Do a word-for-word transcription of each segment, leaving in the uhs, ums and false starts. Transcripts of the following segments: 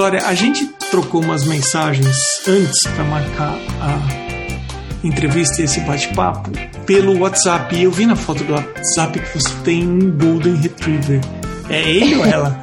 Glória, a gente trocou umas mensagens antes para marcar a entrevista e esse bate-papo pelo WhatsApp. E eu vi na foto do WhatsApp que você tem um Golden Retriever. É ele ou ela?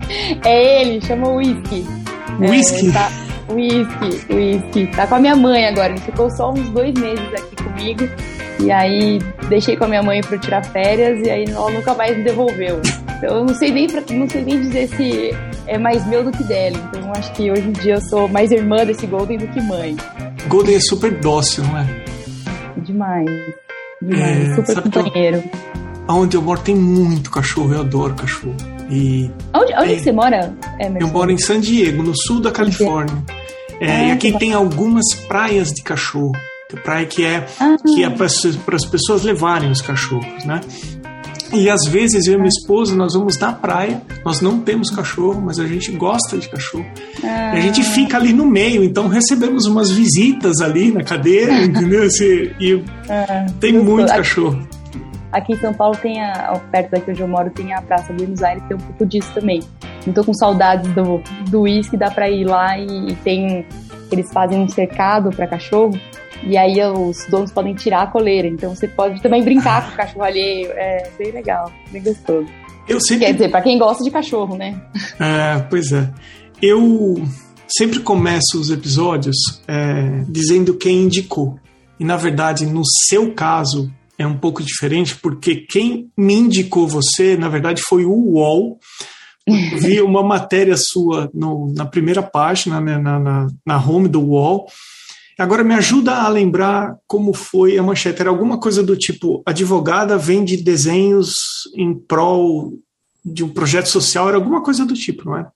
É ele, chama Whisky. Whisky? É, tá, Whisky, Whisky. Tá com a minha mãe agora. Ele ficou só uns dois meses aqui comigo. E aí deixei com a minha mãe para tirar férias e aí ela nunca mais me devolveu. Então eu não sei nem, pra, não sei nem dizer se é mais meu do que dela. Então eu acho que hoje em dia eu sou mais irmã desse Golden do que mãe. Golden é super dócil, não é? Demais. Demais. É, super companheiro. Eu, onde eu moro tem muito cachorro, eu adoro cachorro. E onde onde é, você mora? É, eu moro em San Diego, no sul da Califórnia. É, ah, e aqui tem algumas praias de cachorro. Praia que é, ah, que é para as pessoas levarem os cachorros, né? E às vezes eu e minha esposa, nós vamos na praia, nós não temos cachorro, mas a gente gosta de cachorro. Ah. A gente fica ali no meio, então recebemos umas visitas ali na cadeira, entendeu? E ah, tem muito aqui, cachorro. Aqui em São Paulo tem, a, perto daqui onde eu moro, tem a Praça Buenos Aires, tem um pouco disso também. Não tô com saudades do, do uísque, dá pra ir lá e, e tem, eles fazem um cercado para cachorro. E aí os donos podem tirar a coleira. Então você pode também brincar ah. com o cachorro alheio. É bem legal, bem gostoso. Eu sempre... Quer dizer, pra quem gosta de cachorro, né? É, pois é. Eu sempre começo os episódios é, dizendo quem indicou. E na verdade, no seu caso, é um pouco diferente, porque quem me indicou você, na verdade, foi o U O L. Eu vi uma matéria sua no, na primeira página, né, na, na, na home do U O L. Agora me ajuda a lembrar como foi a manchete. Era alguma coisa do tipo, advogada vende desenhos em prol de um projeto social, era alguma coisa do tipo, não é?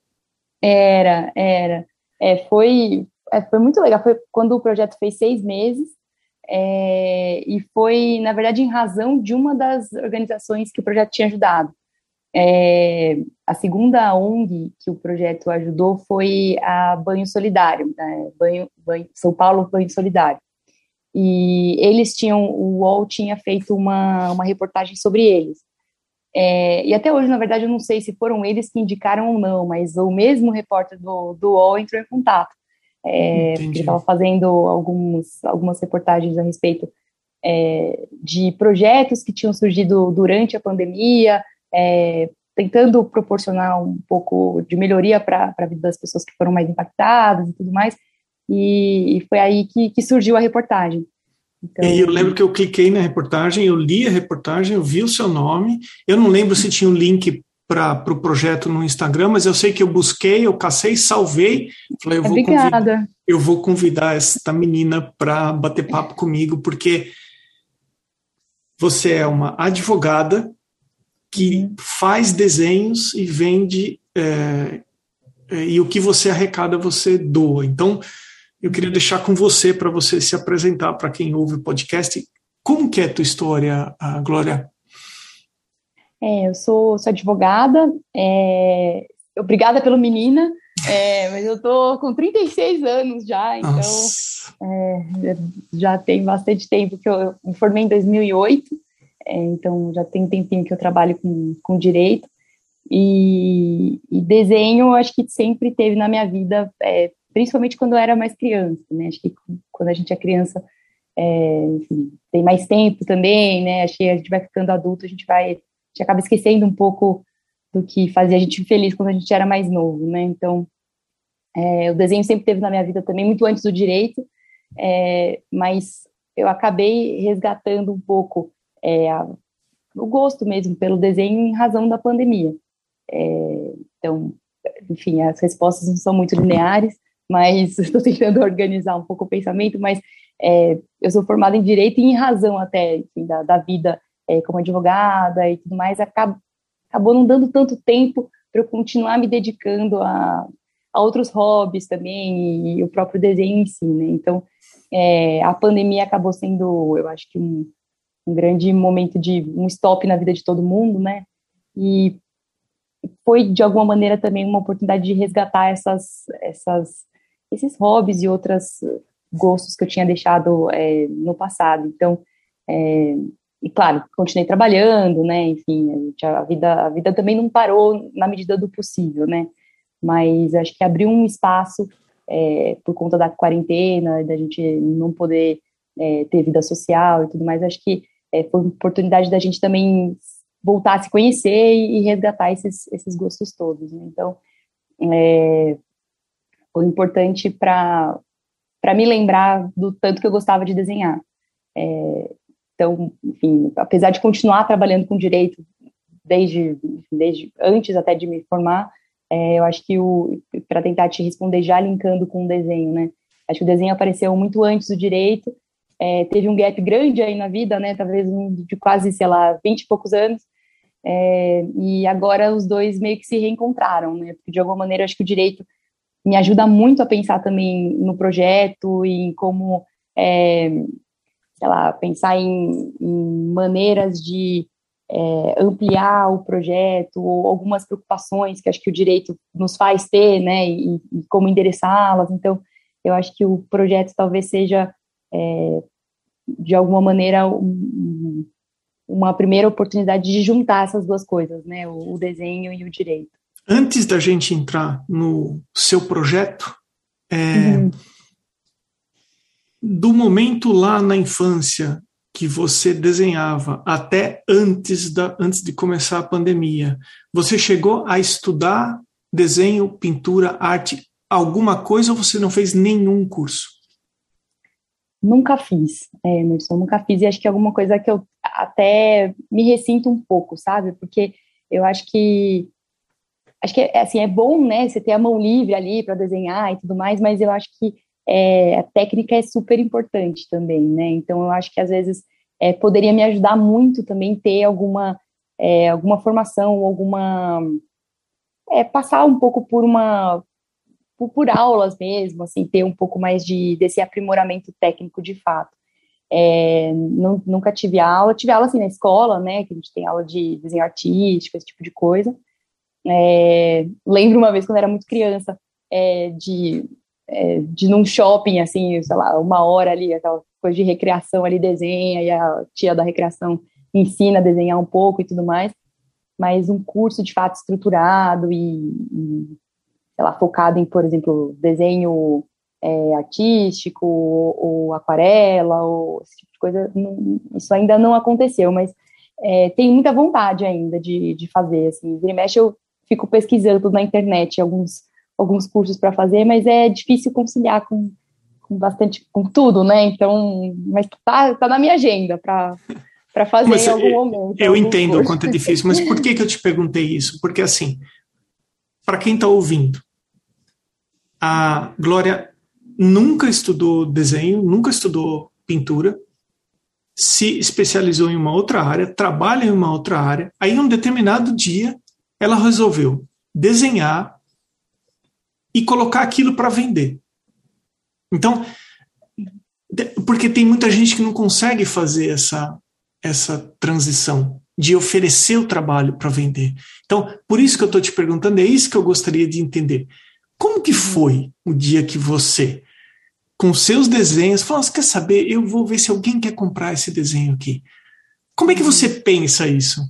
Era, era. É, foi, é, foi muito legal, foi quando o projeto fez seis meses, é, e foi, na verdade, em razão de uma das organizações que o projeto tinha ajudado. É, a segunda O N G que o projeto ajudou foi a Banho Solidário, né? Banho, Banho, São Paulo Banho Solidário. E eles tinham, o U O L tinha feito uma, uma reportagem sobre eles. É, e até hoje, na verdade, eu não sei se foram eles que indicaram ou não, mas o mesmo repórter do, do U O L entrou em contato. É, porque ele estava fazendo alguns, algumas reportagens a respeito é, de projetos que tinham surgido durante a pandemia, É, tentando proporcionar um pouco de melhoria para a vida das pessoas que foram mais impactadas e tudo mais, e, e foi aí que, que surgiu a reportagem. Então, e eu lembro que eu cliquei na reportagem, eu li a reportagem, eu vi o seu nome, eu não lembro se tinha um link para o pro projeto no Instagram, mas eu sei que eu busquei, eu cacei, salvei, falei, eu vou, convidar, eu vou convidar esta menina para bater papo comigo, porque você é uma advogada que faz desenhos e vende, é, é, e o que você arrecada você doa. Então, eu queria deixar com você, para você se apresentar para quem ouve o podcast. Como que é a tua história, a Glória? É, eu sou, sou advogada, é, obrigada pelo menina, é, mas eu tô com trinta e seis anos já, então é, já tem bastante tempo que eu, eu me formei em dois mil e oito, É, então já tem um tempinho que eu trabalho com, com direito, e, e desenho acho que sempre teve na minha vida, é, principalmente quando eu era mais criança, né? Acho que quando a gente é criança, é, enfim, tem mais tempo também, né? Acho que a gente vai ficando adulto, a gente vai, a gente acaba esquecendo um pouco do que fazia a gente feliz quando a gente era mais novo, né? Então, é, o desenho sempre teve na minha vida também, muito antes do direito, é, mas eu acabei resgatando um pouco É, a, o gosto mesmo pelo desenho em razão da pandemia. É, então, enfim, as respostas não são muito lineares, mas estou tentando organizar um pouco o pensamento, mas é, eu sou formada em Direito e em razão até, enfim, da, da vida é, como advogada e tudo mais, acabou, acabou não dando tanto tempo para eu continuar me dedicando a, a outros hobbies também, e, e o próprio desenho em si, né? Então, é, a pandemia acabou sendo, eu acho que um um grande momento de um stop na vida de todo mundo, né, e foi, de alguma maneira, também uma oportunidade de resgatar essas, essas, esses hobbies e outros gostos que eu tinha deixado é, no passado. Então, é, e claro, continuei trabalhando, né, enfim, a, gente, a, vida, a vida também não parou na medida do possível, né, mas acho que abriu um espaço é, por conta da quarentena, da gente não poder é, ter vida social e tudo mais, acho que é, foi uma oportunidade da gente também voltar a se conhecer e, e resgatar esses, esses gostos todos, né? Então, é, foi importante para para me lembrar do tanto que eu gostava de desenhar. É, então, enfim, apesar de continuar trabalhando com direito desde, desde antes até de me formar, é, eu acho que para tentar te responder já linkando com o desenho, né? Acho que o desenho apareceu muito antes do direito, é, teve um gap grande aí na vida, né? Talvez um de quase, sei lá, vinte e poucos anos, é, e agora os dois meio que se reencontraram, né? Porque de alguma maneira acho que o direito me ajuda muito a pensar também no projeto e em como, é, sei lá, pensar em, em maneiras de é, ampliar o projeto ou algumas preocupações que acho que o direito nos faz ter, né, e, e como endereçá-las. Então, eu acho que o projeto talvez seja, é, de alguma maneira, um, uma primeira oportunidade de juntar essas duas coisas, né, o, o desenho e o direito. Antes da gente entrar no seu projeto, é, uhum. do momento lá na infância que você desenhava até antes, da, antes de começar a pandemia, você chegou a estudar desenho, pintura, arte, alguma coisa, ou você não fez nenhum curso? Nunca fiz, é, Emerson, nunca fiz, e acho que é alguma coisa que eu até me ressinto um pouco, sabe? Porque eu acho que Acho que assim, é bom, né, você ter a mão livre ali para desenhar e tudo mais, mas eu acho que é, a técnica é super importante também, né? Então eu acho que às vezes é, poderia me ajudar muito também ter alguma, é, alguma formação, alguma é, passar um pouco por uma por, por aulas mesmo, assim, ter um pouco mais de desse aprimoramento técnico de fato. É, não, nunca tive aula, tive aula assim na escola, né? Que a gente tem aula de desenho artístico, esse tipo de coisa. É, lembro uma vez quando era muito criança é, de, é, de ir num shopping, assim, sei lá, uma hora ali, aquela coisa de recreação ali, desenha, e a tia da recreação ensina a desenhar um pouco e tudo mais, mas um curso de fato estruturado e, e sei lá, focado em, por exemplo, desenho é, artístico ou, ou aquarela ou esse tipo de coisa, não, isso ainda não aconteceu, mas é, tenho muita vontade ainda de, de fazer, assim, vira e mexe eu fico pesquisando na internet alguns, alguns cursos para fazer, mas é difícil conciliar com, com bastante, com tudo, né? Então, mas tá, tá na minha agenda para para fazer mas, em algum momento. Eu entendo o quanto é difícil, mas por que que eu te perguntei isso? Porque, assim, para quem está ouvindo, a Glória nunca estudou desenho, nunca estudou pintura, se especializou em uma outra área, trabalha em uma outra área, aí em um determinado dia ela resolveu desenhar e colocar aquilo para vender. Então, porque tem muita gente que não consegue fazer essa, essa transição de oferecer o trabalho para vender. Então, por isso que eu estou te perguntando, é isso que eu gostaria de entender. Como que foi o dia que você, com seus desenhos, falou, você quer saber, eu vou ver se alguém quer comprar esse desenho aqui. Como é que você pensa isso?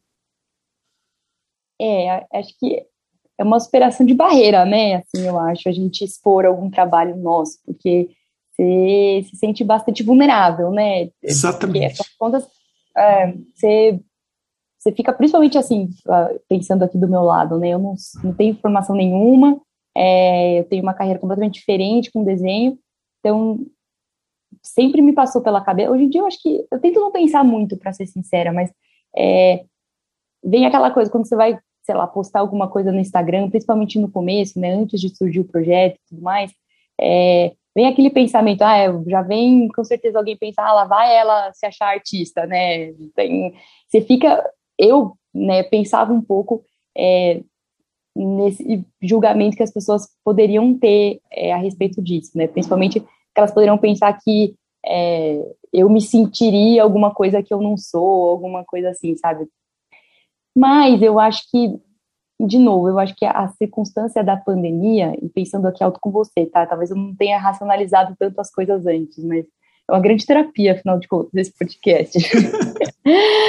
É, acho que é uma superação de barreira, né? Assim, eu acho, a gente expor algum trabalho nosso, porque você se sente bastante vulnerável, né? Exatamente. Porque, contas, é, você, você fica, principalmente assim, pensando aqui do meu lado, né? Eu não, não tenho formação nenhuma, é, eu tenho uma carreira completamente diferente com desenho, então sempre me passou pela cabeça. Hoje em dia eu acho que, eu tento não pensar muito, para ser sincera, mas é, vem aquela coisa, quando você vai, sei lá, postar alguma coisa no Instagram, principalmente no começo, né, antes de surgir o projeto e tudo mais, é, vem aquele pensamento, ah, já vem com certeza alguém pensar, ah, lá vai ela se achar artista, né, tem, você fica, eu, né, pensava um pouco é, nesse julgamento que as pessoas poderiam ter é, a respeito disso, né, principalmente que elas poderiam pensar que é, eu me sentiria alguma coisa que eu não sou, alguma coisa assim, sabe? Mas eu acho que, de novo, eu acho que a circunstância da pandemia, e pensando aqui alto com você, tá? Talvez eu não tenha racionalizado tanto as coisas antes, mas é uma grande terapia, afinal de contas, esse podcast.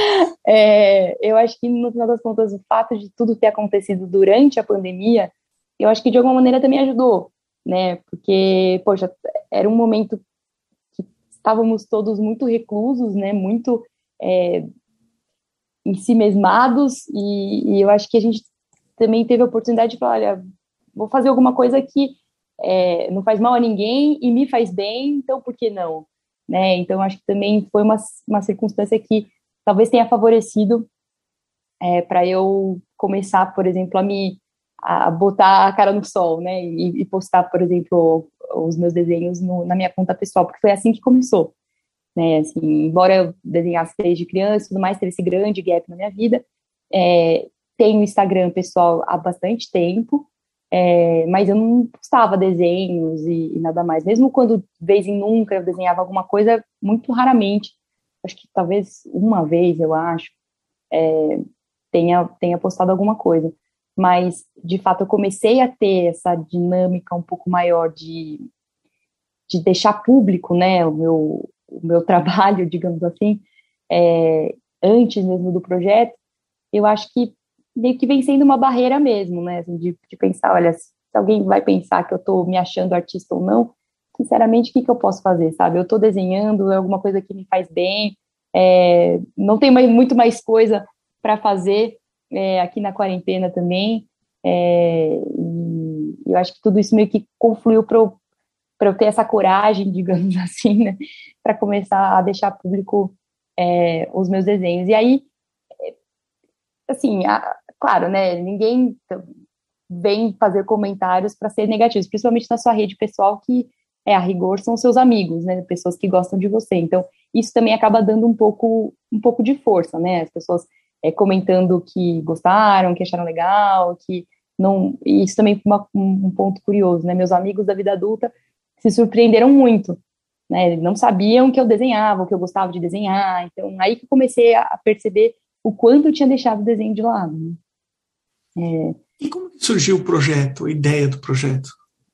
é, eu acho que, no final das contas, o fato de tudo ter acontecido durante a pandemia eu acho que de alguma maneira também ajudou, né? Porque, poxa, era um momento que estávamos todos muito reclusos, né? Muito é, em si mesmados, e, e eu acho que a gente também teve a oportunidade de falar, olha, vou fazer alguma coisa que é, não faz mal a ninguém e me faz bem, então por que não? Né? Então, acho que também foi uma, uma circunstância que talvez tenha favorecido é, para eu começar, por exemplo, a me a botar a cara no sol, né, e, e postar, por exemplo, os meus desenhos no, na minha conta pessoal, porque foi assim que começou, né, assim, embora eu desenhasse desde criança e tudo mais, teve esse grande gap na minha vida, é, tenho Instagram pessoal há bastante tempo, é, mas eu não postava desenhos e, e nada mais, mesmo quando, de vez em nunca, eu desenhava alguma coisa, muito raramente, acho que talvez uma vez, eu acho, é, tenha, tenha postado alguma coisa, mas, de fato, eu comecei a ter essa dinâmica um pouco maior de, de deixar público, né, o meu, o meu trabalho, digamos assim, é, antes mesmo do projeto, eu acho que meio que vem sendo uma barreira mesmo, né, assim, de, de pensar, olha, se alguém vai pensar que eu estou me achando artista ou não, sinceramente, o que, que eu posso fazer, sabe? Eu estou desenhando, é alguma coisa que me faz bem, é, não tem mais, muito mais coisa para fazer é, aqui na quarentena também, é, e eu acho que tudo isso meio que confluiu para eu, para eu ter essa coragem, digamos assim, né, para começar a deixar público é, os meus desenhos. E aí, assim, a, claro, né, ninguém vem fazer comentários para ser negativos, principalmente na sua rede pessoal, que é, a rigor são seus amigos, né, pessoas que gostam de você. Então, isso também acaba dando um pouco, um pouco de força, né, as pessoas é, comentando que gostaram, que acharam legal, que não... E isso também foi uma, um, um ponto curioso, né, meus amigos da vida adulta se surpreenderam muito, né, não sabiam que eu desenhava, que eu gostava de desenhar, então aí que eu comecei a perceber o quanto eu tinha deixado o desenho de lado, né. É, E como surgiu o projeto, a ideia do projeto?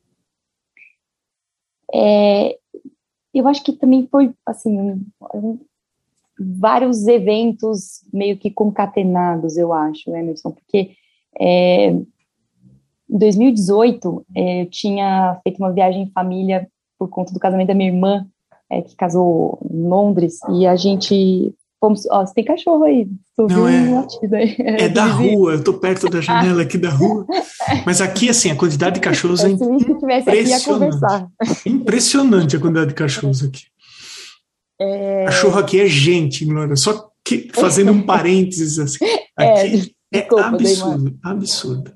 É, eu acho que também foi, assim, um, um, vários eventos meio que concatenados, eu acho, Emerson, porque é, em dois mil e dezoito é, eu tinha feito uma viagem em família por conta do casamento da minha irmã, é, que casou em Londres, e a gente fomos... Ó, você tem cachorro aí, tu viu Não, um é, latido aí. é Do da vizinho. rua, eu tô perto da janela aqui da rua. Mas aqui, assim, a quantidade de cachorros é É, se o Luiz estivesse aqui, ia impressionante. conversar. Impressionante a quantidade de cachorros aqui. Cachorro É, aqui é gente, Glória. Só que fazendo um parênteses, assim, é, aqui é desculpa, dei uma... absurdo, absurdo.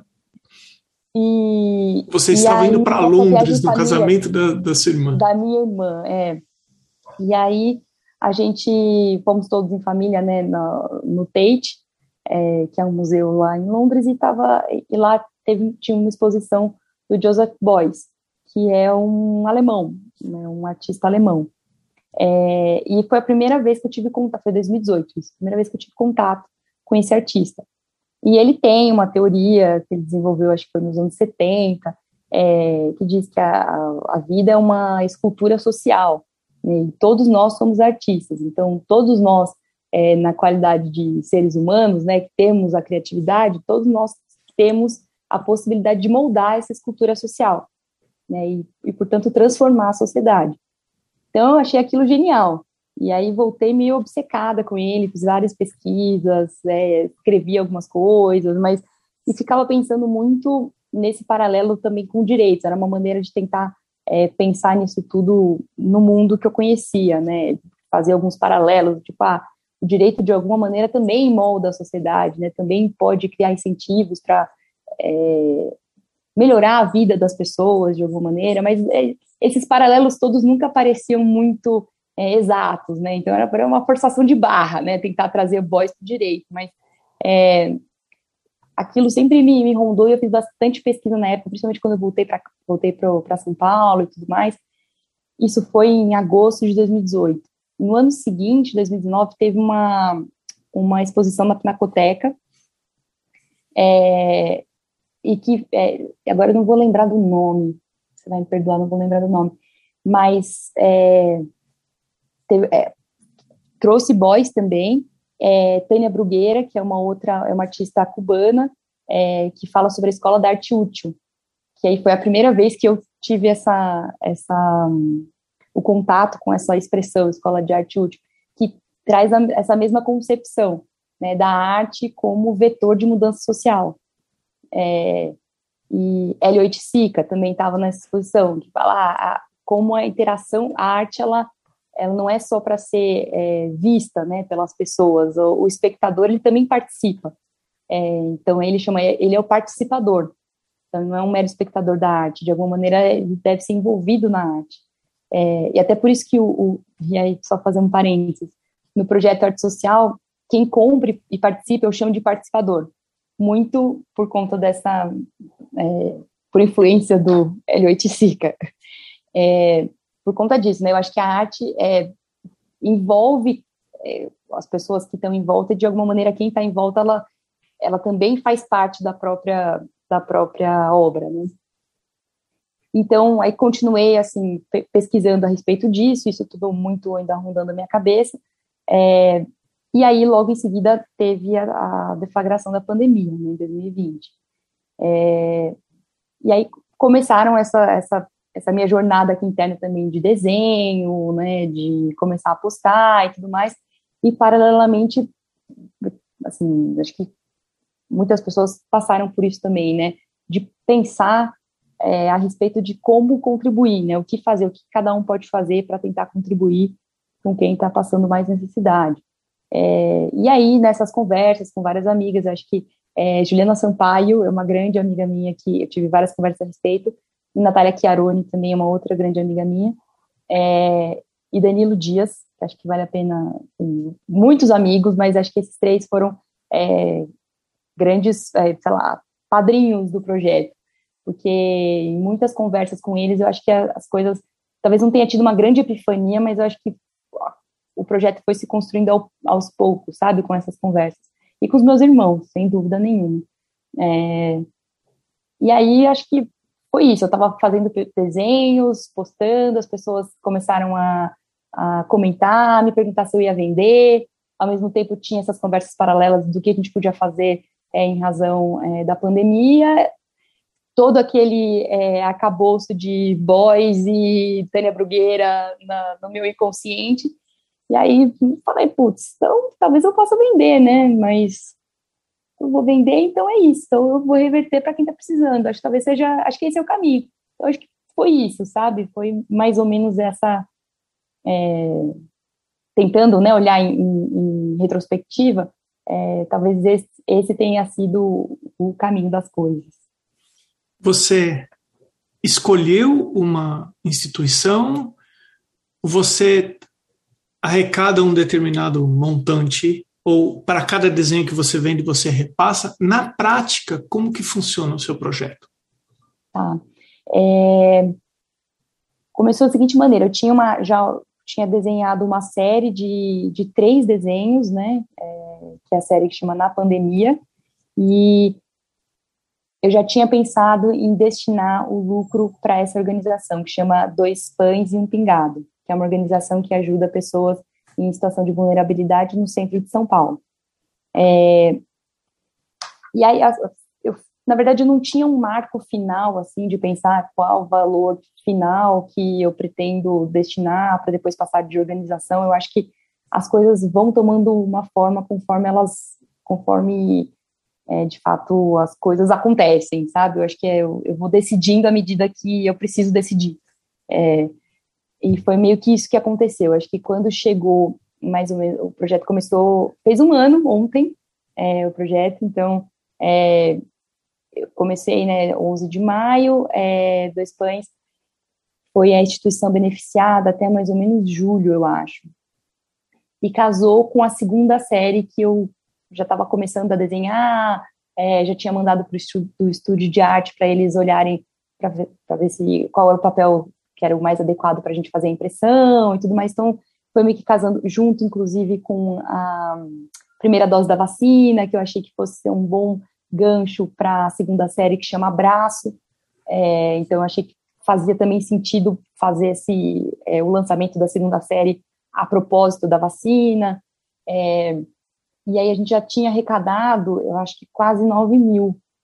E, Você e estava indo aí, para nessa viagem Londres em no família casamento da, da sua irmã. da minha irmã, é. E aí, a gente, fomos todos em família, né, no, no Tate, é, que é um museu lá em Londres, e, tava, e lá teve, tinha uma exposição do Joseph Beuys, que é um alemão, né, um artista alemão. É, e foi a primeira vez que eu tive contato, foi dois mil e dezoito, isso, a primeira vez que eu tive contato com esse artista. E ele tem uma teoria que ele desenvolveu, acho que foi nos anos setenta, é, que diz que a, a vida é uma escultura social, né, e todos nós somos artistas, então todos nós, é, na qualidade de seres humanos, né, que temos a criatividade, todos nós temos a possibilidade de moldar essa escultura social, né, e, e portanto transformar a sociedade. Então, eu achei aquilo genial. E aí, voltei meio obcecada com ele, fiz várias pesquisas, é, escrevi algumas coisas, mas... E ficava pensando muito nesse paralelo também com direitos. Era uma maneira de tentar é, pensar nisso tudo no mundo que eu conhecia, né? Fazer alguns paralelos, tipo, ah, o direito, de alguma maneira, também molda a sociedade, né? Também pode criar incentivos para... É, melhorar a vida das pessoas, de alguma maneira, mas... É, esses paralelos todos nunca pareciam muito é, exatos, né? Então era, era uma forçação de barra, né? Tentar trazer o Beuys para o direito, mas é, aquilo sempre me, me rondou e eu fiz bastante pesquisa na época, principalmente quando eu voltei para voltei para São Paulo e tudo mais. Isso foi em agosto de dois mil e dezoito. No ano seguinte, dois mil e dezenove, teve uma, uma exposição na Pinacoteca, é, e que, é, agora eu não vou lembrar do nome, você vai me perdoar, não vou lembrar do nome, mas é, teve, é, trouxe Beuys também, é, Tânia Bruguera, que é uma outra, é uma artista cubana, é, que fala sobre a escola da arte útil, que aí foi a primeira vez que eu tive essa, essa, o contato com essa expressão, Escola de Arte Útil, que traz a, essa mesma concepção, né, da arte como vetor de mudança social. É, e Hélio Oiticica também estava nessa exposição, que fala ah, a, como a interação, a arte, ela, ela não é só para ser é, vista, né, pelas pessoas, o, o espectador, ele também participa. É, então, ele chama, ele é o participador. Então, não é um mero espectador da arte, de alguma maneira ele deve ser envolvido na arte. É, e até por isso que, o, o, e aí só fazer um parênteses, no projeto Arte Social, quem compre e participa eu chamo de participador, muito por conta dessa, é, por influência do Hélio Oiticica. É, por conta disso, né, eu acho que a arte é, envolve é, as pessoas que estão em volta, e de alguma maneira quem está em volta, ela, ela também faz parte da própria da própria obra, né? Então, aí continuei, assim, pesquisando a respeito disso, isso tudo muito ainda rondando a minha cabeça, é, e aí, logo em seguida, teve a, a deflagração da pandemia, né, em dois mil e vinte. É, e aí começaram essa, essa, essa minha jornada aqui interna também de desenho, né, de começar a postar e tudo mais, e paralelamente, assim, acho que muitas pessoas passaram por isso também, né, de pensar é, a respeito de como contribuir, né, o que fazer, o que cada um pode fazer para tentar contribuir com quem está passando mais necessidade. É, e aí, nessas conversas com várias amigas, acho que é, Juliana Sampaio é uma grande amiga minha, que eu tive várias conversas a respeito, e Natália Chiaroni também é uma outra grande amiga minha, é, e Danilo Dias, que acho que vale a pena, assim, muitos amigos, mas acho que esses três foram é, grandes, é, sei lá, padrinhos do projeto, porque em muitas conversas com eles, eu acho que as coisas, talvez não tenha tido uma grande epifania, mas eu acho que ó, o projeto foi se construindo ao, aos poucos, sabe, com essas conversas. E com os meus irmãos, sem dúvida nenhuma. É, e aí, acho que foi isso, eu estava fazendo desenhos, postando, as pessoas começaram a, a comentar, me perguntar se eu ia vender, ao mesmo tempo tinha essas conversas paralelas do que a gente podia fazer é, em razão é, da pandemia, todo aquele é, acabouço de boys e Tânia Brugueira na, no meu inconsciente, e aí falei, putz, então talvez eu possa vender, né, mas eu vou vender, então é isso, então eu vou reverter para quem está precisando, acho que talvez seja, acho que esse é o caminho, então acho que foi isso, sabe, foi mais ou menos essa, é, tentando, né, olhar em, em, em retrospectiva, é, talvez esse, esse tenha sido o caminho das coisas. Você escolheu uma instituição, você arrecada um determinado montante, ou para cada desenho que você vende, você repassa? Na prática, como que funciona o seu projeto? Tá. É... Começou da seguinte maneira, eu tinha uma, já tinha desenhado uma série de, de três desenhos, né, é, que é a série que chama Na Pandemia, e eu já tinha pensado em destinar o lucro para essa organização, que chama Dois Pães e um Pingado, que é uma organização que ajuda pessoas em situação de vulnerabilidade no centro de São Paulo. É, e aí, eu, na verdade, eu não tinha um marco final, assim, de pensar qual o valor final que eu pretendo destinar para depois passar de organização. Eu acho que as coisas vão tomando uma forma conforme elas, conforme, é, de fato, as coisas acontecem, sabe? Eu acho que é, eu, eu vou decidindo à medida que eu preciso decidir. É, e foi meio que isso que aconteceu. Acho que quando chegou, mais ou menos, o projeto começou, fez um ano ontem, é, o projeto, então, é, eu comecei, né, onze de maio, é, Dois Pães foi a instituição beneficiada até mais ou menos julho, eu acho. E casou com a segunda série que eu já estava começando a desenhar, é, já tinha mandado para o estúdio de arte para eles olharem, para ver, para ver se, qual era o papel que era o mais adequado para a gente fazer a impressão e tudo mais. Então, foi meio que casando junto, inclusive, com a primeira dose da vacina, que eu achei que fosse ser um bom gancho para a segunda série, que chama Abraço. É, então, eu achei que fazia também sentido fazer esse, é, o lançamento da segunda série a propósito da vacina. É, e aí a gente já tinha arrecadado, eu acho que quase nove mil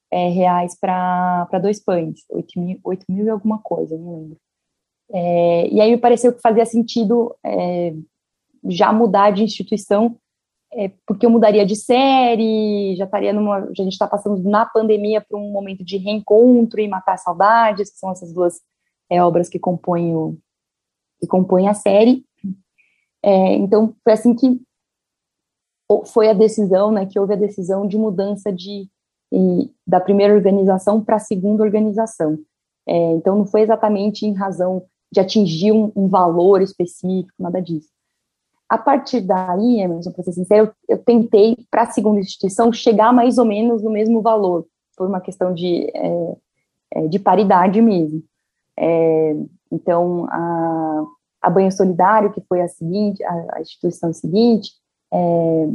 é, reais para dois pães, oito mil, oito mil e alguma coisa, não lembro. É, e aí me pareceu que fazia sentido é, já mudar de instituição, é, porque eu mudaria de série, já estaria numa, já a gente está passando na pandemia para um momento de reencontro e matar saudades, que são essas duas é, obras que compõem, o, que compõem a série. É, então, foi assim que foi a decisão, né, que houve a decisão de mudança de, e, da primeira organização para a segunda organização. É, então, não foi exatamente em razão de atingir um, um valor específico, nada disso. A partir daí, Emerson, para ser sincero, eu, eu tentei, para a segunda instituição, chegar mais ou menos no mesmo valor, por uma questão de, é, é, de paridade mesmo. É, então, a, a Banho Solidário, que foi a seguinte, a, a instituição seguinte, é,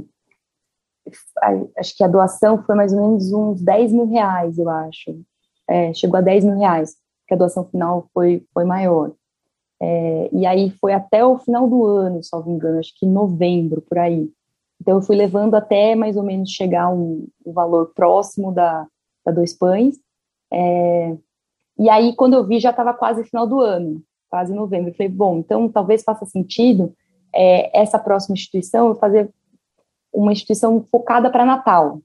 a, acho que a doação foi mais ou menos uns dez mil reais, eu acho. É, chegou a dez mil reais, que a doação final foi, foi maior. É, e aí foi até o final do ano, se não me engano, acho que em novembro, por aí. Então eu fui levando até mais ou menos chegar um, um valor próximo da, da Dois Pães. É, e aí quando eu vi já estava quase final do ano, quase novembro. Eu falei, bom, então talvez faça sentido é, essa próxima instituição eu fazer uma instituição focada para Natal.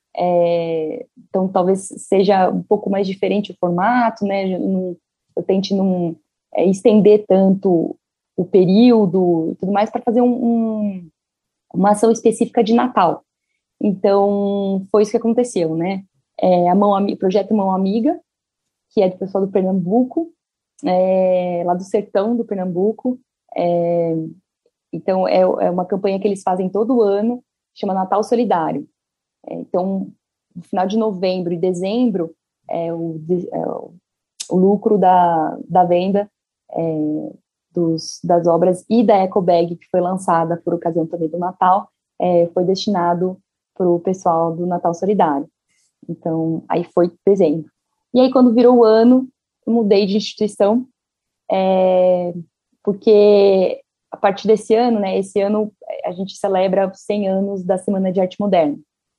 É, então talvez seja um pouco mais diferente o formato, né? Eu, eu tente não é, estender tanto o período e tudo mais para fazer um, um, uma ação específica de Natal. Então, foi isso que aconteceu, né? É, a Mão, o projeto Mão Amiga, que é do pessoal do Pernambuco, é, lá do sertão do Pernambuco. É, então, é, é uma campanha que eles fazem todo ano, chama Natal Solidário. É, então, no final de novembro e dezembro, é, o, é, o lucro da, da venda É, dos, das obras e da EcoBag, que foi lançada por ocasião também do Natal, é, foi destinado para o pessoal do Natal Solidário. Então, aí foi dezembro. E aí, quando virou o ano, eu mudei de instituição, é, porque a partir desse ano, né, esse ano a gente celebra os cem anos da Semana de Arte Moderna.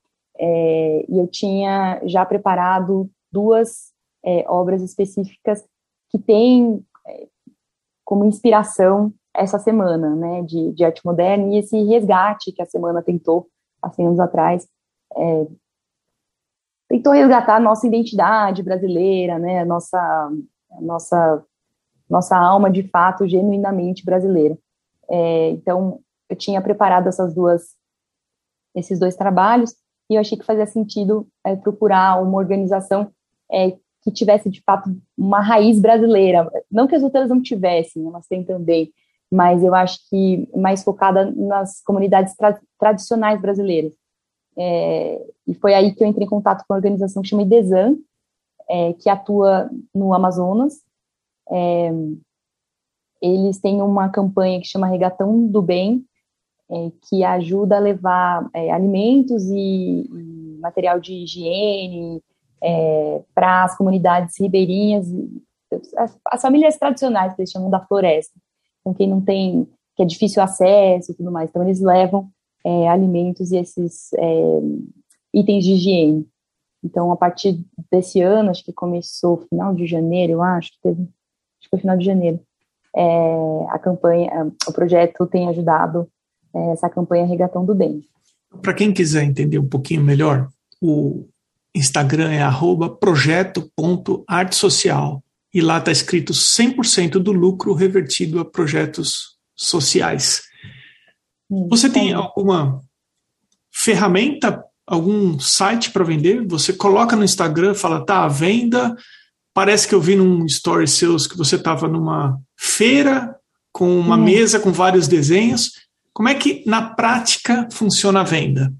É, e eu tinha já preparado duas é, obras específicas que têm é, como inspiração essa semana, né, de, de arte moderna e esse resgate que a semana tentou, há cem anos atrás, é, tentou resgatar a nossa identidade brasileira, né, a nossa, a nossa, nossa alma de fato genuinamente brasileira. É, então, eu tinha preparado essas duas, esses dois trabalhos e eu achei que fazia sentido é, procurar uma organização é, que tivesse, de fato, uma raiz brasileira. Não que as outras não tivessem, elas têm também, mas eu acho que mais focada nas comunidades tra tradicionais brasileiras. É, e foi aí que eu entrei em contato com uma organização que chama IDESAN, é, que atua no Amazonas. É, eles têm uma campanha que chama Regatão do Bem, é, que ajuda a levar é, alimentos e, e material de higiene, É, para as comunidades ribeirinhas, as, as famílias tradicionais, que eles chamam da floresta, com quem não tem, que é difícil acesso e tudo mais. Então, eles levam é, alimentos e esses é, itens de higiene. Então, a partir desse ano, acho que começou final de janeiro, eu acho que teve, acho que foi final de janeiro, é, a campanha, o projeto tem ajudado é, essa campanha Regatão do Bem. Para quem quiser entender um pouquinho melhor, o Instagram é arroba projeto ponto arte social e lá está escrito cem por cento do lucro revertido a projetos sociais. Hum, Você tem é. alguma ferramenta, algum site para vender? Você coloca no Instagram, fala, tá, à venda, parece que eu vi num story seus que você estava numa feira com uma hum. mesa com vários desenhos. Como é que na prática funciona a venda?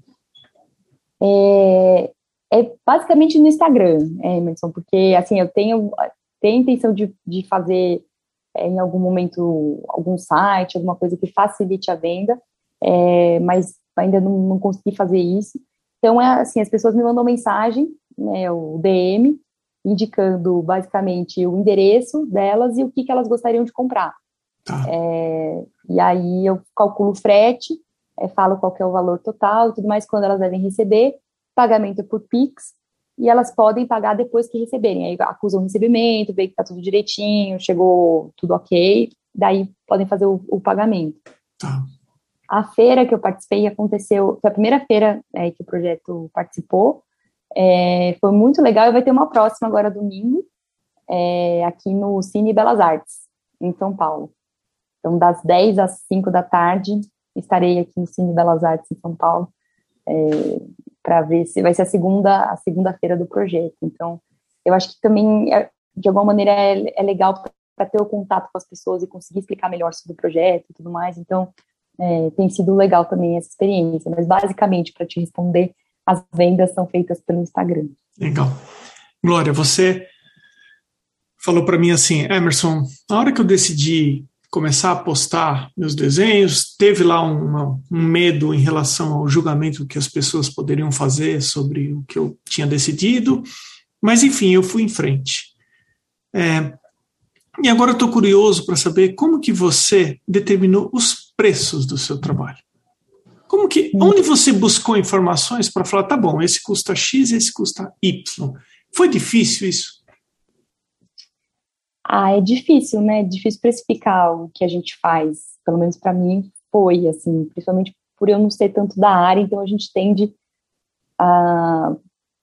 É... É basicamente no Instagram, é, Emerson, porque assim, eu tenho, tenho a intenção de, de fazer é, em algum momento algum site, alguma coisa que facilite a venda, é, mas ainda não, não consegui fazer isso. Então, é assim, as pessoas me mandam mensagem, né, o D M, indicando basicamente o endereço delas e o que, que elas gostariam de comprar. Tá. É, e aí eu calculo o frete, é, falo qual que é o valor total e tudo mais, quando elas devem receber, pagamento por Pix, e elas podem pagar depois que receberem. Aí acusam o recebimento, vê que está tudo direitinho, chegou tudo ok, daí podem fazer o, o pagamento. Tá. A feira que eu participei aconteceu, foi a primeira feira é, que o projeto participou, é, foi muito legal, e vai ter uma próxima agora domingo, é, aqui no Cine Belas Artes, em São Paulo. Então, das dez às cinco da tarde, estarei aqui no Cine Belas Artes, em São Paulo, é, para ver se vai ser a segunda, a segunda-feira do projeto. Então, eu acho que também, é, de alguma maneira, é, é legal para ter o contato com as pessoas e conseguir explicar melhor sobre o projeto e tudo mais. Então, é, tem sido legal também essa experiência. Mas, basicamente, para te responder, as vendas são feitas pelo Instagram. Legal. Glória, você falou para mim assim, Emerson, na hora que eu decidi começar a postar meus desenhos, teve lá uma, um medo em relação ao julgamento que as pessoas poderiam fazer sobre o que eu tinha decidido, mas enfim, eu fui em frente. É, e agora eu estou curioso para saber como que você determinou os preços do seu trabalho. Como que, onde você buscou informações para falar, tá bom, esse custa X, esse custa Y? Foi difícil isso? Ah, é difícil, né? É difícil precificar o que a gente faz. Pelo menos para mim foi, assim, principalmente por eu não ser tanto da área, então a gente tende a,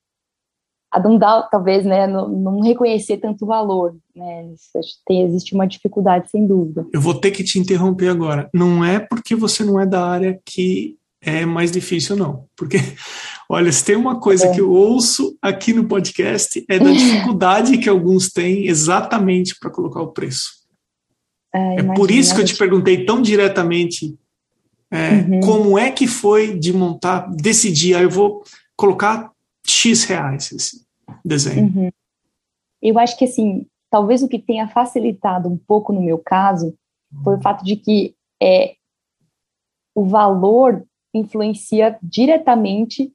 a não dar, talvez, né, não, não reconhecer tanto valor, né? Tem, existe uma dificuldade, sem dúvida. Eu vou ter que te interromper agora. Não é porque você não é da área que é mais difícil, não. Porque, olha, se tem uma coisa é. que eu ouço aqui no podcast é da dificuldade que alguns têm exatamente para colocar o preço. É, é imagina, por isso que eu te perguntei tão diretamente é, uhum. como é que foi de montar, decidir, aí eu vou colocar X reais esse desenho. Uhum. Eu acho que, assim, talvez o que tenha facilitado um pouco no meu caso foi o fato de que é, o valor influencia diretamente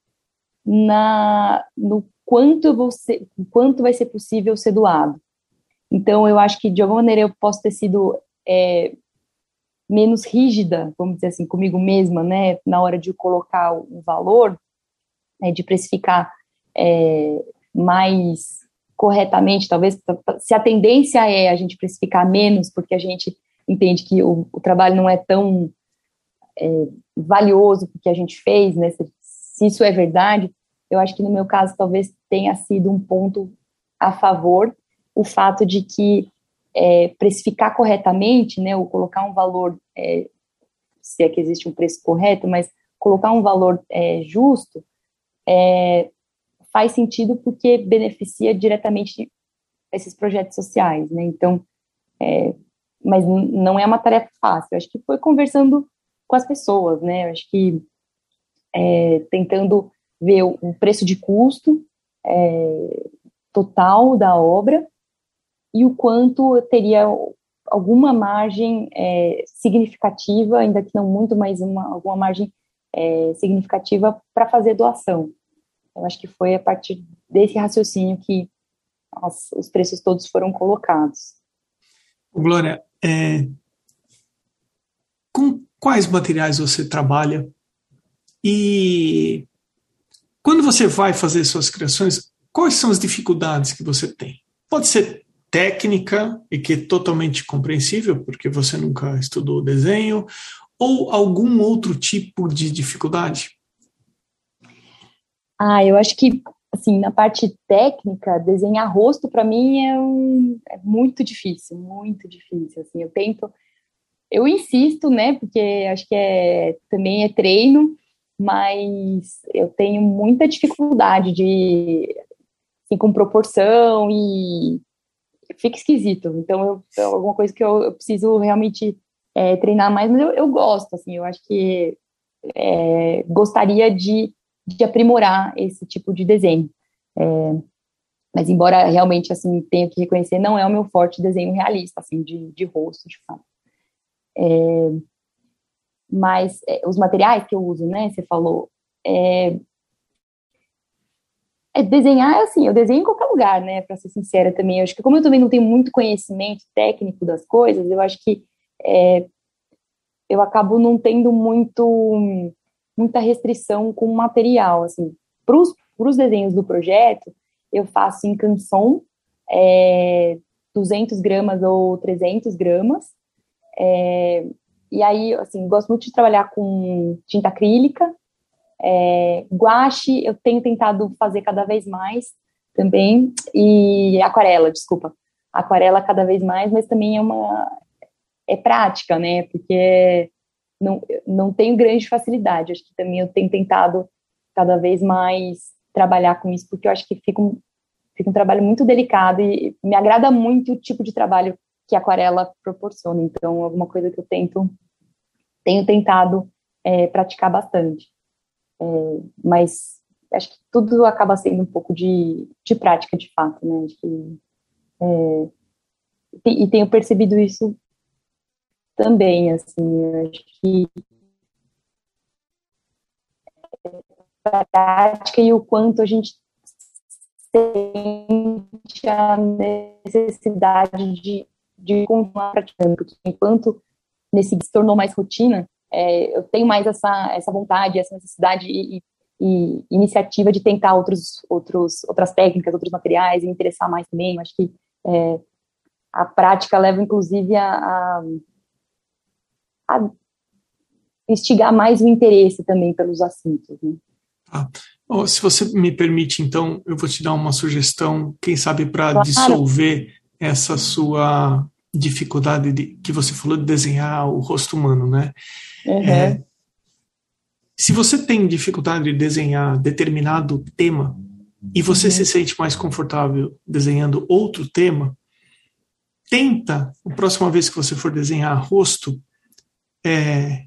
na, no quanto, eu vou ser, quanto vai ser possível ser doado. Então, eu acho que, de alguma maneira, eu posso ter sido é, menos rígida, vamos dizer assim, comigo mesma, né, na hora de colocar o valor, né, de precificar é, mais corretamente, talvez, se a tendência é a gente precificar menos, porque a gente entende que o, o trabalho não é tão é, valioso porque a gente fez, né, se, se isso é verdade, eu acho que no meu caso talvez tenha sido um ponto a favor o fato de que é, precificar corretamente, né, ou colocar um valor, é, se é que existe um preço correto, mas colocar um valor é, justo, é, faz sentido porque beneficia diretamente esses projetos sociais, né, então, é, mas não é uma tarefa fácil, eu acho que foi conversando com as pessoas, né, eu acho que é, tentando ver o, o preço de custo é, total da obra e o quanto eu teria alguma margem é, significativa, ainda que não muito, mas uma, alguma margem é, significativa para fazer doação. Eu acho que foi a partir desse raciocínio que as, os preços todos foram colocados. Glória, é, com quais materiais você trabalha? E quando você vai fazer suas criações, quais são as dificuldades que você tem? Pode ser técnica, e que é totalmente compreensível, porque você nunca estudou desenho, ou algum outro tipo de dificuldade? Ah, eu acho que, assim, na parte técnica, desenhar rosto, para mim, é, um, é muito difícil, muito difícil, assim, eu tento, eu insisto, né, porque acho que é, também é treino, mas eu tenho muita dificuldade de, assim, com proporção e fica esquisito, então eu, é alguma coisa que eu, eu preciso realmente é, treinar mais, mas eu, eu gosto, assim, eu acho que é, gostaria de, de aprimorar esse tipo de desenho, é, mas embora realmente, assim, tenho que reconhecer, não é o meu forte desenho realista, assim, de, de rosto, de fato. É, mas é, os materiais que eu uso, né, você falou, é, é desenhar, assim, eu desenho em qualquer lugar, né, para ser sincera também, eu acho que como eu também não tenho muito conhecimento técnico das coisas, eu acho que é, eu acabo não tendo muito, muita restrição com o material, assim, para os desenhos do projeto, eu faço em canson, é, duzentas gramas ou trezentas gramas. É, e aí, assim, gosto muito de trabalhar com tinta acrílica. É, guache, eu tenho tentado fazer cada vez mais também. E aquarela, desculpa. Aquarela cada vez mais, mas também é uma... é prática, né? Porque não, não tenho grande facilidade. Acho que também eu tenho tentado cada vez mais trabalhar com isso, porque eu acho que fica um, fica um trabalho muito delicado e me agrada muito o tipo de trabalho que a aquarela proporciona. Então, alguma coisa que eu tento, tenho tentado é, praticar bastante. É, mas acho que tudo acaba sendo um pouco de, de prática, de fato, né? Acho que, é, e tenho percebido isso também, assim, acho que a prática e o quanto a gente sente a necessidade de, de continuar praticando, porque enquanto nesse se tornou mais rotina, é, eu tenho mais essa, essa vontade, essa necessidade e, e iniciativa de tentar outros, outros, outras técnicas, outros materiais, e me interessar mais também. Eu acho que é, a prática leva, inclusive, a, a, a instigar mais o interesse também pelos assuntos, né? Ah, oh, se você me permite, então, eu vou te dar uma sugestão, quem sabe para Claro. dissolver essa sua dificuldade de, que você falou de desenhar o rosto humano, né? Uhum. É, se você tem dificuldade de desenhar determinado tema e você uhum. se sente mais confortável desenhando outro tema, tenta, a próxima vez que você for desenhar rosto, é,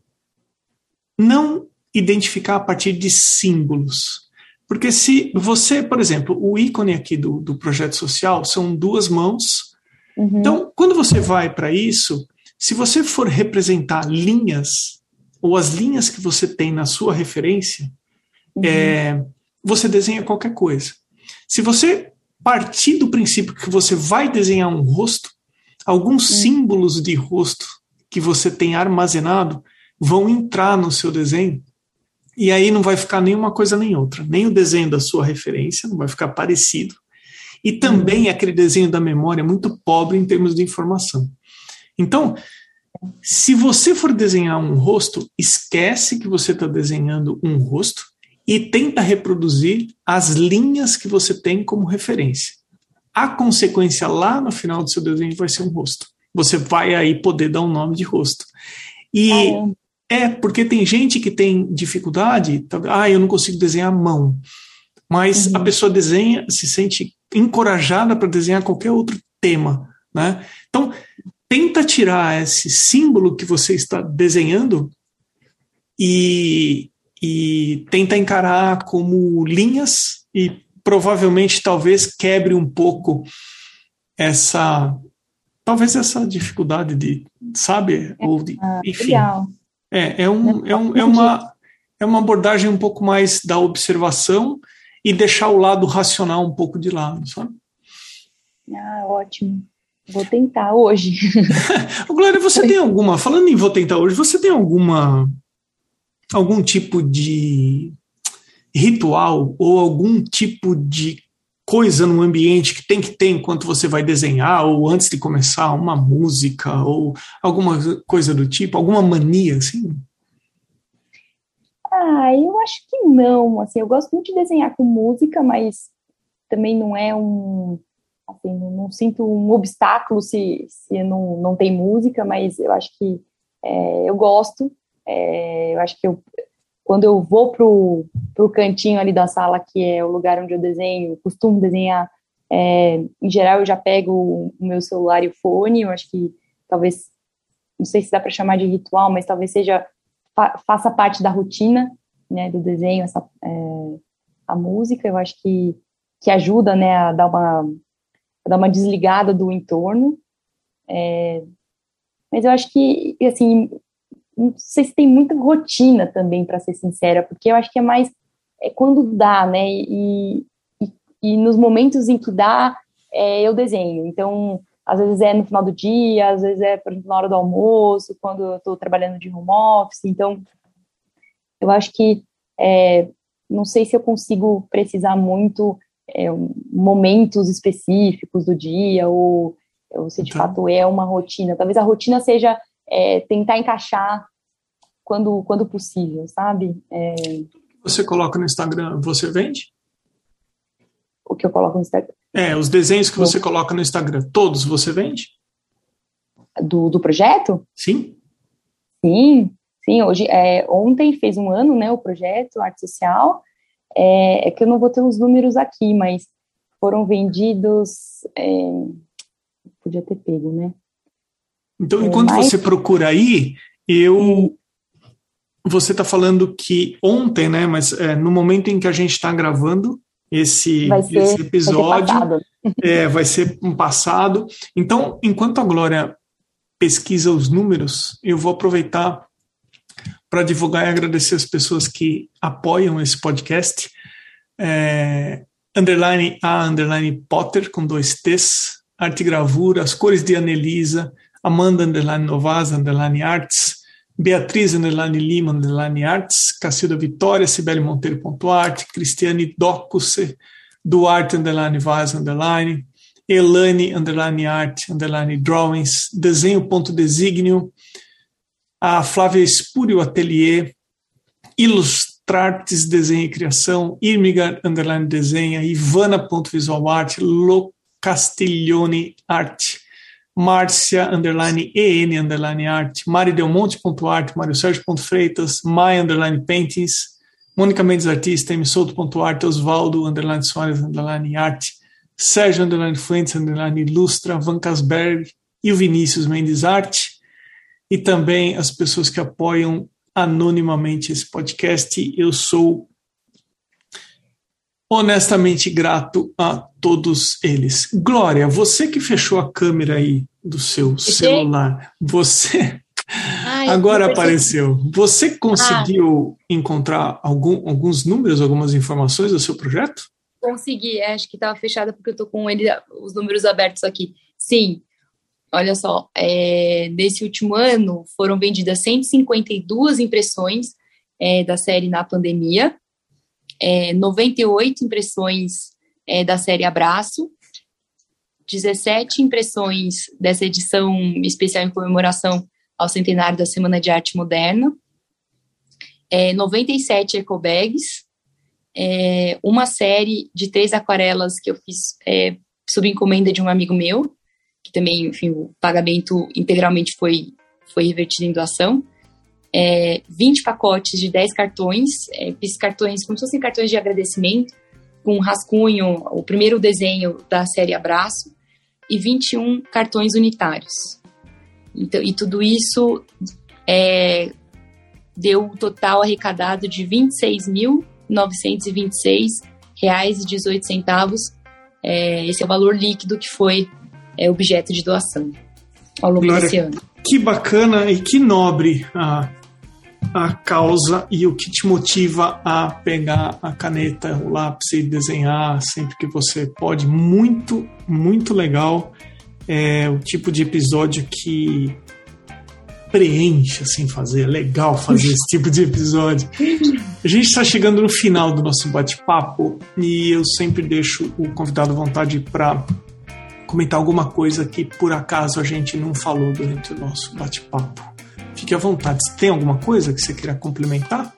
não identificar a partir de símbolos. Porque se você, por exemplo, o ícone aqui do, do projeto social são duas mãos. Uhum. Então, quando você vai para isso, se você for representar linhas, ou as linhas que você tem na sua referência, uhum. é, você desenha qualquer coisa. Se você partir do princípio que você vai desenhar um rosto, alguns uhum. símbolos de rosto que você tem armazenado vão entrar no seu desenho, e aí não vai ficar nenhuma coisa nem outra. Nem o desenho da sua referência não vai ficar parecido. E também uhum. aquele desenho da memória é muito pobre em termos de informação. Então, se você for desenhar um rosto, esquece que você está desenhando um rosto e tenta reproduzir as linhas que você tem como referência. A consequência lá no final do seu desenho vai ser um rosto. Você vai aí poder dar um nome de rosto. E ah, é. é porque tem gente que tem dificuldade, ah, eu não consigo desenhar a mão. Mas uhum. a pessoa desenha, se sente encorajada para desenhar qualquer outro tema, né? Então, tenta tirar esse símbolo que você está desenhando e, e tenta encarar como linhas e provavelmente talvez quebre um pouco essa, talvez essa dificuldade de, sabe? Ou de, enfim. Legal. É, é, um, é, um, é, uma, é uma abordagem um pouco mais da observação e deixar o lado racional um pouco de lado, sabe? Ah, ótimo. Vou tentar hoje. Glória, você tem alguma, falando em vou tentar hoje, você tem alguma, algum tipo de ritual ou algum tipo de coisa no ambiente que tem que ter enquanto você vai desenhar ou antes de começar uma música ou alguma coisa do tipo, alguma mania, assim? Ah, eu acho que não, assim, eu gosto muito de desenhar com música, mas também não é um, assim, não, não sinto um obstáculo se, se não, não tem música, mas eu acho que é, eu gosto, é, eu acho que eu, quando eu vou pro, pro cantinho ali da sala, que é o lugar onde eu desenho, eu costumo desenhar, é, em geral eu já pego o, o meu celular e o fone, eu acho que talvez, não sei se dá para chamar de ritual, mas talvez seja faça parte da rotina, né, do desenho, essa, é, a música, eu acho que, que ajuda, né, a dar uma, a dar uma desligada do entorno, é, mas eu acho que, assim, não sei se tem muita rotina também, para ser sincera, porque eu acho que é mais é quando dá, né, e, e, e nos momentos em que dá, é, eu desenho, então, às vezes é no final do dia, às vezes é, por exemplo, na hora do almoço, quando eu estou trabalhando de home office. Então, eu acho que, é, não sei se eu consigo precisar muito é, momentos específicos do dia, ou, ou se de então, fato é uma rotina. Talvez a rotina seja é, tentar encaixar quando, quando possível, sabe? É... Você coloca no Instagram, você vende? O que eu coloco no Instagram? É, os desenhos que você coloca no Instagram, todos você vende? Do, do projeto? Sim. Sim, sim. Hoje, é, ontem fez um ano, né, o projeto Arte Social. É, é que eu não vou ter os números aqui, mas foram vendidos... É, podia ter pego, né? Então, enquanto é, mas... você procura aí, eu... Hum. Você está falando que ontem, né, mas é, no momento em que a gente está gravando esse, ser, esse episódio, vai ser, é, vai ser um passado. Então, enquanto a Glória pesquisa os números, eu vou aproveitar para divulgar e agradecer as pessoas que apoiam esse podcast. É, underline A, underline Potter, com dois T's, Arte e Gravura, As Cores de Anelisa, Amanda, underline Novas, underline Arts, Beatriz, underline Lima, underline Arts, Cacilda Vitória, Cibele Monteiro.arte, Cristiane Docuse, Duarte, underline Vaz, underline, Elane, underline Art, underline Drawings, Desenho.designio, a Flávia Espúrio Atelier, Ilustrartes, Desenho e Criação, Irmigar, underline Desenha, Ivana.visualarte, Lo Castiglione Arte, Márcia, underline E N, underline Arte, Mari Delmonte.arte, Mário Sérgio.freitas, Maia, underline Paintings, Mônica Mendes Artista, Msouto.arte, Osvaldo, underline Soares, underline Arte, Sérgio, underline Fuentes, underline Ilustra, Van Casberg e o Vinícius Mendes Arte, e também as pessoas que apoiam anonimamente esse podcast. Eu sou honestamente grato a todos eles. Glória, você que fechou a câmera aí do seu Fechei? celular, você Ai, agora apareceu. Você conseguiu ah. encontrar algum, alguns números, algumas informações do seu projeto? Consegui, acho que estava fechada porque eu estou com ele, os números abertos aqui. Sim, olha só, é, nesse último ano foram vendidas cento e cinquenta e duas impressões é, da série Na Pandemia, É, noventa e oito impressões é, da série Abraço, dezessete impressões dessa edição especial em comemoração ao centenário da Semana de Arte Moderna, é, noventa e sete ecobags, é, uma série de três aquarelas que eu fiz é, sob encomenda de um amigo meu, que também, enfim, o pagamento integralmente foi, foi revertido em doação. É, vinte pacotes de dez cartões, é, fiz cartões como se fossem cartões de agradecimento, com um rascunho, o primeiro desenho da série Abraço, e vinte e um cartões unitários. Então, e tudo isso é, deu um total arrecadado de vinte e seis mil novecentos e vinte e seis reais e dezoito centavos. É, esse é o valor líquido que foi é, objeto de doação ao longo Glória, desse ano. Que bacana e que nobre a, a causa, e o que te motiva a pegar a caneta, o lápis e desenhar sempre que você pode. Muito, muito legal. É o tipo de episódio que preenche, assim, fazer. É legal fazer esse tipo de episódio. A gente está chegando no final do nosso bate-papo e eu sempre deixo o convidado à vontade para comentar alguma coisa que por acaso a gente não falou durante o nosso bate-papo. Fique à vontade. Tem alguma coisa que você queira complementar?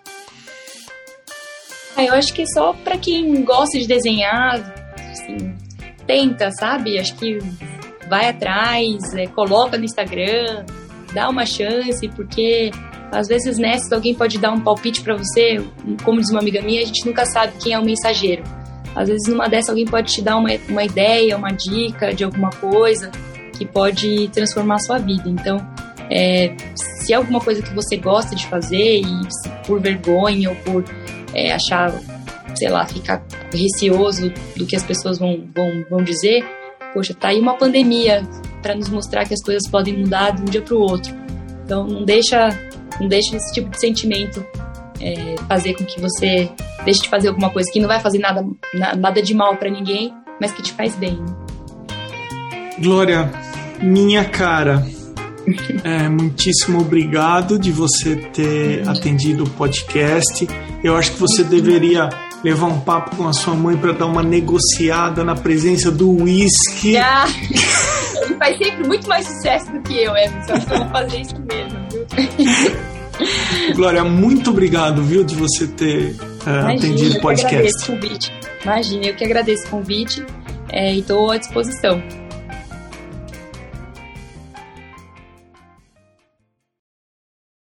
Ah, eu acho que é só para quem gosta de desenhar, assim, tenta, sabe? Acho que vai atrás, é, coloca no Instagram, dá uma chance, porque às vezes nessa alguém pode dar um palpite para você, como diz uma amiga minha, a gente nunca sabe quem é o mensageiro. Às vezes numa dessa alguém pode te dar uma, uma ideia, uma dica de alguma coisa que pode transformar a sua vida. Então, é, se é alguma coisa que você gosta de fazer e se por vergonha ou por é, achar, sei lá, ficar receoso do que as pessoas vão, vão, vão dizer, poxa, tá aí uma pandemia para nos mostrar que as coisas podem mudar de um dia para o outro. Então, não deixa, não deixa esse tipo de sentimento é, fazer com que você deixe de fazer alguma coisa que não vai fazer nada, nada de mal para ninguém, mas que te faz bem. Glória, minha cara, é, muitíssimo obrigado de você ter atendido o podcast. Eu acho que você deveria levar um papo com a sua mãe para dar uma negociada na presença do uísque. Ah, ele faz sempre muito mais sucesso do que eu, Emerson. Então eu vou fazer isso mesmo, viu? Glória, muito obrigado, viu, de você ter uh, Imagina, atendido o podcast. Eu que agradeço o convite. Imagina, eu que agradeço o convite é, e estou à disposição.